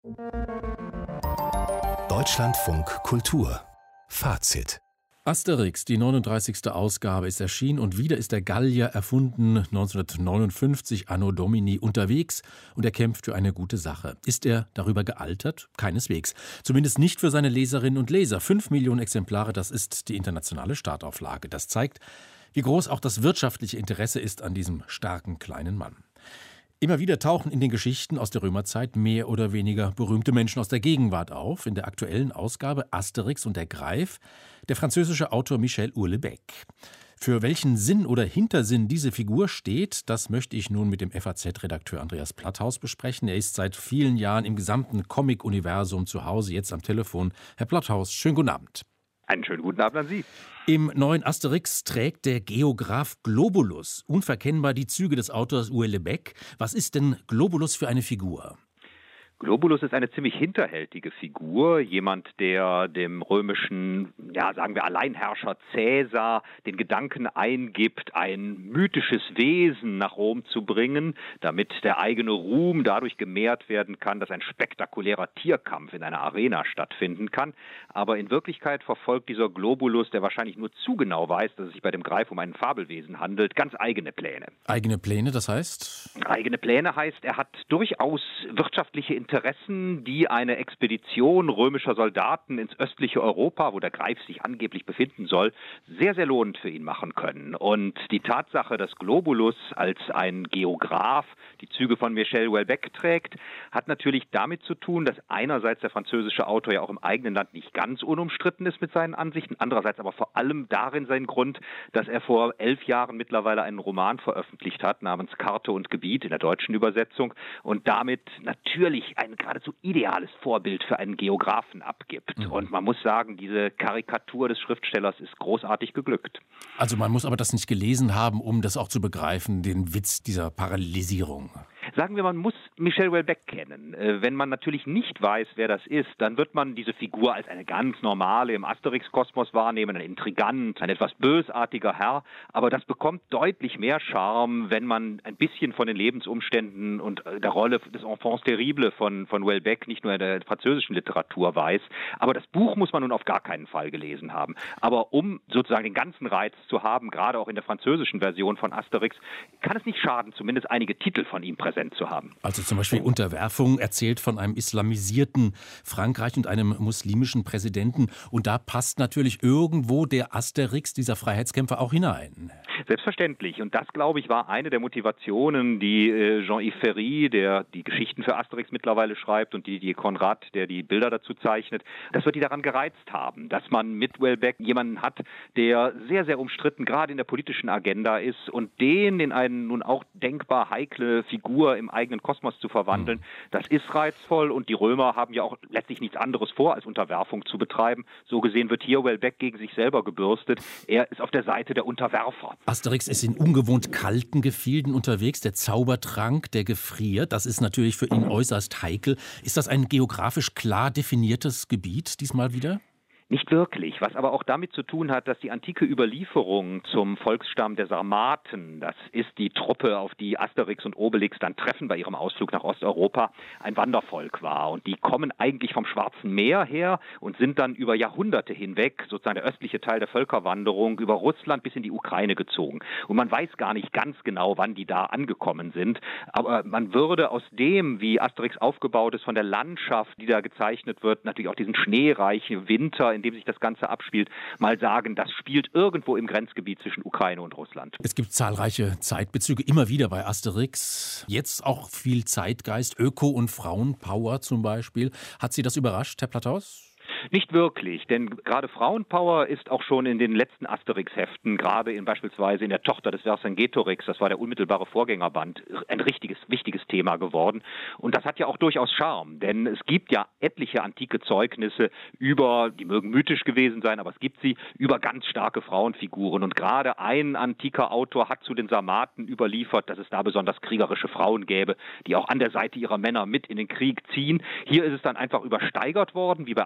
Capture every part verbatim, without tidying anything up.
Deutschlandfunk Kultur Fazit. Asterix, die neununddreißigste Ausgabe, ist erschienen und wieder ist der Gallier erfunden, neunzehnhundertneunundfünfzig, Anno Domini, unterwegs und er kämpft für eine gute Sache. Ist er darüber gealtert? Keineswegs. Zumindest nicht für seine Leserinnen und Leser. Fünf Millionen Exemplare, das ist die internationale Startauflage. Das zeigt, wie groß auch das wirtschaftliche Interesse ist an diesem starken kleinen Mann. Immer wieder tauchen in den Geschichten aus der Römerzeit mehr oder weniger berühmte Menschen aus der Gegenwart auf. In der aktuellen Ausgabe Asterix und der Greif, der französische Autor Michel Houellebecq. Für welchen Sinn oder Hintersinn diese Figur steht, das möchte ich nun mit dem F A Z-Redakteur Andreas Platthaus besprechen. Er ist seit vielen Jahren im gesamten Comic-Universum zu Hause, jetzt am Telefon. Herr Platthaus, schönen guten Abend. Einen schönen guten Abend an Sie. Im neuen Asterix trägt der Geograph Globulus unverkennbar die Züge des Autors Houellebecq. Was ist denn Globulus für eine Figur? Globulus ist eine ziemlich hinterhältige Figur, jemand, der dem römischen, ja, sagen wir Alleinherrscher Caesar den Gedanken eingibt, ein mythisches Wesen nach Rom zu bringen, damit der eigene Ruhm dadurch gemehrt werden kann, dass ein spektakulärer Tierkampf in einer Arena stattfinden kann. Aber in Wirklichkeit verfolgt dieser Globulus, der wahrscheinlich nur zu genau weiß, dass es sich bei dem Greif um ein Fabelwesen handelt, ganz eigene Pläne. Eigene Pläne, das heißt? Eigene Pläne heißt, er hat durchaus wirtschaftliche Interessen, Interessen, die eine Expedition römischer Soldaten ins östliche Europa, wo der Greif sich angeblich befinden soll, sehr, sehr lohnend für ihn machen können. Und die Tatsache, dass Globulus als ein Geograph die Züge von Michel Houellebecq trägt, hat natürlich damit zu tun, dass einerseits der französische Autor ja auch im eigenen Land nicht ganz unumstritten ist mit seinen Ansichten, andererseits aber vor allem darin sein Grund, dass er vor elf Jahren mittlerweile einen Roman veröffentlicht hat, namens Karte und Gebiet in der deutschen Übersetzung und damit natürlich ein geradezu ideales Vorbild für einen Geografen abgibt. Mhm. Und man muss sagen, diese Karikatur des Schriftstellers ist großartig geglückt. Also man muss aber das nicht gelesen haben, um das auch zu begreifen, den Witz dieser Parallelisierung. Sagen wir, man muss Michel Houellebecq kennen. Wenn man natürlich nicht weiß, wer das ist, dann wird man diese Figur als eine ganz normale im Asterix-Kosmos wahrnehmen, ein Intrigant, ein etwas bösartiger Herr. Aber das bekommt deutlich mehr Charme, wenn man ein bisschen von den Lebensumständen und der Rolle des Enfants terribles von, von Houellebecq nicht nur in der französischen Literatur weiß. Aber das Buch muss man nun auf gar keinen Fall gelesen haben. Aber um sozusagen den ganzen Reiz zu haben, gerade auch in der französischen Version von Asterix, kann es nicht schaden, zumindest einige Titel von ihm präsent zu haben. Also zum Beispiel Unterwerfung erzählt von einem islamisierten Frankreich und einem muslimischen Präsidenten. Und da passt natürlich irgendwo der Asterix, dieser Freiheitskämpfer, auch hinein. Selbstverständlich. Und das, glaube ich, war eine der Motivationen, die äh, Jean-Yves Ferry, der die Geschichten für Asterix mittlerweile schreibt, und Didier Conrad, der die Bilder dazu zeichnet, das wird die daran gereizt haben, dass man mit Houellebecq jemanden hat, der sehr, sehr umstritten, gerade in der politischen Agenda ist, und den in eine nun auch denkbar heikle Figur im eigenen Kosmos zu verwandeln, das ist reizvoll, und die Römer haben ja auch letztlich nichts anderes vor, als Unterwerfung zu betreiben. So gesehen wird hier Houellebecq gegen sich selber gebürstet. Er ist auf der Seite der Unterwerfer. Asterix ist in ungewohnt kalten Gefilden unterwegs. Der Zaubertrank, der gefriert, das ist natürlich für ihn äußerst heikel. Ist das ein geografisch klar definiertes Gebiet diesmal wieder? Nicht wirklich, was aber auch damit zu tun hat, dass die antike Überlieferung zum Volksstamm der Sarmaten, das ist die Truppe, auf die Asterix und Obelix dann treffen bei ihrem Ausflug nach Osteuropa, ein Wandervolk war. Und die kommen eigentlich vom Schwarzen Meer her und sind dann über Jahrhunderte hinweg, sozusagen der östliche Teil der Völkerwanderung, über Russland bis in die Ukraine gezogen. Und man weiß gar nicht ganz genau, wann die da angekommen sind. Aber man würde aus dem, wie Asterix aufgebaut ist, von der Landschaft, die da gezeichnet wird, natürlich auch diesen schneereichen Winter, in dem sich das Ganze abspielt, mal sagen, das spielt irgendwo im Grenzgebiet zwischen Ukraine und Russland. Es gibt zahlreiche Zeitbezüge, immer wieder bei Asterix. Jetzt auch viel Zeitgeist, Öko- und Frauenpower zum Beispiel. Hat Sie das überrascht, Herr Platthaus? Nicht wirklich, denn gerade Frauenpower ist auch schon in den letzten Asterix-Heften, gerade in beispielsweise in der Tochter des Vercingetorix, das war der unmittelbare Vorgängerband, ein richtiges, wichtiges Thema geworden. Und das hat ja auch durchaus Charme, denn es gibt ja etliche antike Zeugnisse über, die mögen mythisch gewesen sein, aber es gibt sie, über ganz starke Frauenfiguren. Und gerade ein antiker Autor hat zu den Sarmaten überliefert, dass es da besonders kriegerische Frauen gäbe, die auch an der Seite ihrer Männer mit in den Krieg ziehen. Hier ist es dann einfach übersteigert worden, wie bei Asterix nicht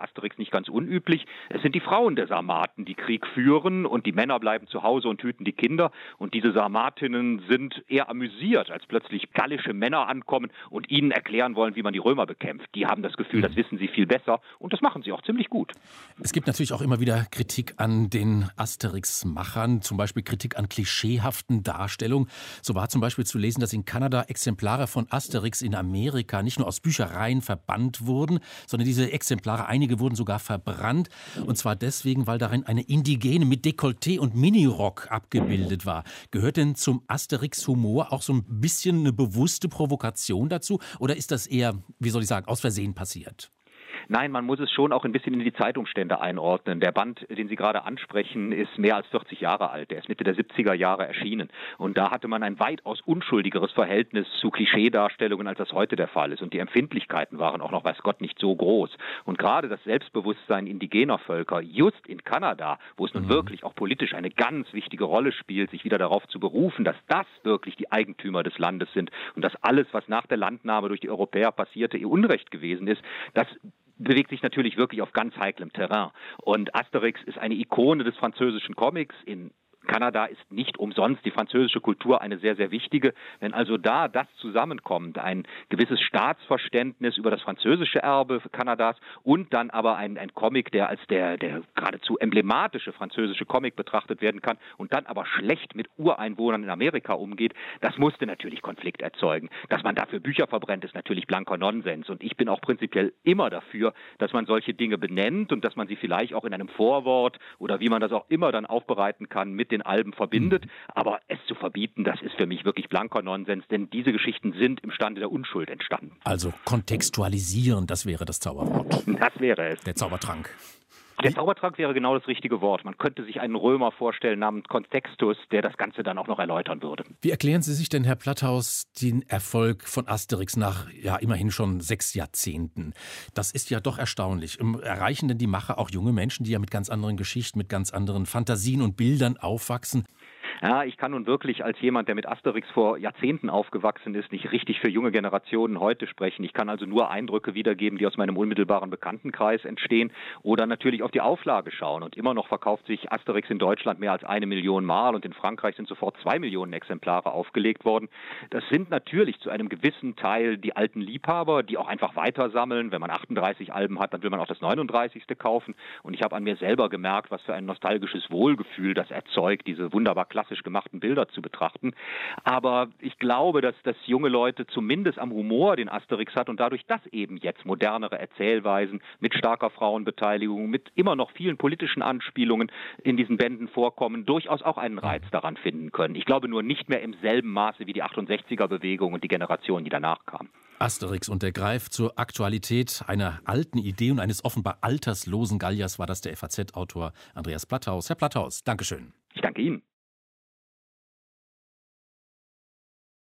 nicht ganz unüblich. Es sind die Frauen der Sarmaten, die Krieg führen und die Männer bleiben zu Hause und hüten die Kinder. Und diese Sarmatinnen sind eher amüsiert, als plötzlich gallische Männer ankommen und ihnen erklären wollen, wie man die Römer bekämpft. Die haben das Gefühl, das wissen sie viel besser und das machen sie auch ziemlich gut. Es gibt natürlich auch immer wieder Kritik an den Asterix-Machern, zum Beispiel Kritik an klischeehaften Darstellungen. So war zum Beispiel zu lesen, dass in Kanada Exemplare von Asterix in Amerika nicht nur aus Büchereien verbannt wurden, sondern diese Exemplare, einige wurden sogar verbrannt. Und zwar deswegen, weil darin eine Indigene mit Dekolleté und Minirock abgebildet war. Gehört denn zum Asterix-Humor auch so ein bisschen eine bewusste Provokation dazu? Oder ist das eher, wie soll ich sagen, aus Versehen passiert? Nein, man muss es schon auch ein bisschen in die Zeitumstände einordnen. Der Band, den Sie gerade ansprechen, ist mehr als vierzig Jahre alt. Der ist Mitte der siebziger Jahre erschienen. Und da hatte man ein weitaus unschuldigeres Verhältnis zu Klischeedarstellungen, als das heute der Fall ist. Und die Empfindlichkeiten waren auch noch, weiß Gott, nicht so groß. Und gerade das Selbstbewusstsein indigener Völker, just in Kanada, wo es nun mhm. wirklich auch politisch eine ganz wichtige Rolle spielt, sich wieder darauf zu berufen, dass das wirklich die Eigentümer des Landes sind und dass alles, was nach der Landnahme durch die Europäer passierte, ihr Unrecht gewesen ist, das bewegt sich natürlich wirklich auf ganz heiklem Terrain. Und Asterix ist eine Ikone des französischen Comics. In Kanada ist nicht umsonst die französische Kultur eine sehr, sehr wichtige. Wenn also da das zusammenkommt, ein gewisses Staatsverständnis über das französische Erbe Kanadas und dann aber ein, ein Comic, der als der, der geradezu emblematische französische Comic betrachtet werden kann und dann aber schlecht mit Ureinwohnern in Amerika umgeht, das musste natürlich Konflikt erzeugen. Dass man dafür Bücher verbrennt, ist natürlich blanker Nonsens. Und ich bin auch prinzipiell immer dafür, dass man solche Dinge benennt und dass man sie vielleicht auch in einem Vorwort oder wie man das auch immer dann aufbereiten kann, mit den Alben verbindet, aber es zu verbieten, das ist für mich wirklich blanker Nonsens, denn diese Geschichten sind im Stande der Unschuld entstanden. Also kontextualisieren, das wäre das Zauberwort. Das wäre es. Der Zaubertrank. Der Zaubertrank wäre genau das richtige Wort. Man könnte sich einen Römer vorstellen namens Contextus, der das Ganze dann auch noch erläutern würde. Wie erklären Sie sich denn, Herr Platthaus, den Erfolg von Asterix nach ja immerhin schon sechs Jahrzehnten? Das ist ja doch erstaunlich. Erreichen denn die Macher auch junge Menschen, die ja mit ganz anderen Geschichten, mit ganz anderen Fantasien und Bildern aufwachsen? Ja, ich kann nun wirklich als jemand, der mit Asterix vor Jahrzehnten aufgewachsen ist, nicht richtig für junge Generationen heute sprechen. Ich kann also nur Eindrücke wiedergeben, die aus meinem unmittelbaren Bekanntenkreis entstehen oder natürlich auf die Auflage schauen. Und immer noch verkauft sich Asterix in Deutschland mehr als eine Million Mal und in Frankreich sind sofort zwei Millionen Exemplare aufgelegt worden. Das sind natürlich zu einem gewissen Teil die alten Liebhaber, die auch einfach weiter sammeln. Wenn man achtunddreißig Alben hat, dann will man auch das neununddreißigste kaufen. Und ich habe an mir selber gemerkt, was für ein nostalgisches Wohlgefühl das erzeugt, diese wunderbar klassisch gemachten Bilder zu betrachten. Aber ich glaube, dass, dass junge Leute zumindest am Humor, den Asterix hat und dadurch, dass eben jetzt modernere Erzählweisen mit starker Frauenbeteiligung, mit immer noch vielen politischen Anspielungen in diesen Bänden vorkommen, durchaus auch einen Reiz daran finden können. Ich glaube nur nicht mehr im selben Maße wie die achtundsechziger-Bewegung und die Generation, die danach kam. Asterix und der Greif zur Aktualität einer alten Idee und eines offenbar alterslosen Galliers war das der F A Z-Autor Andreas Platthaus. Herr Platthaus, Dankeschön. Ich danke Ihnen.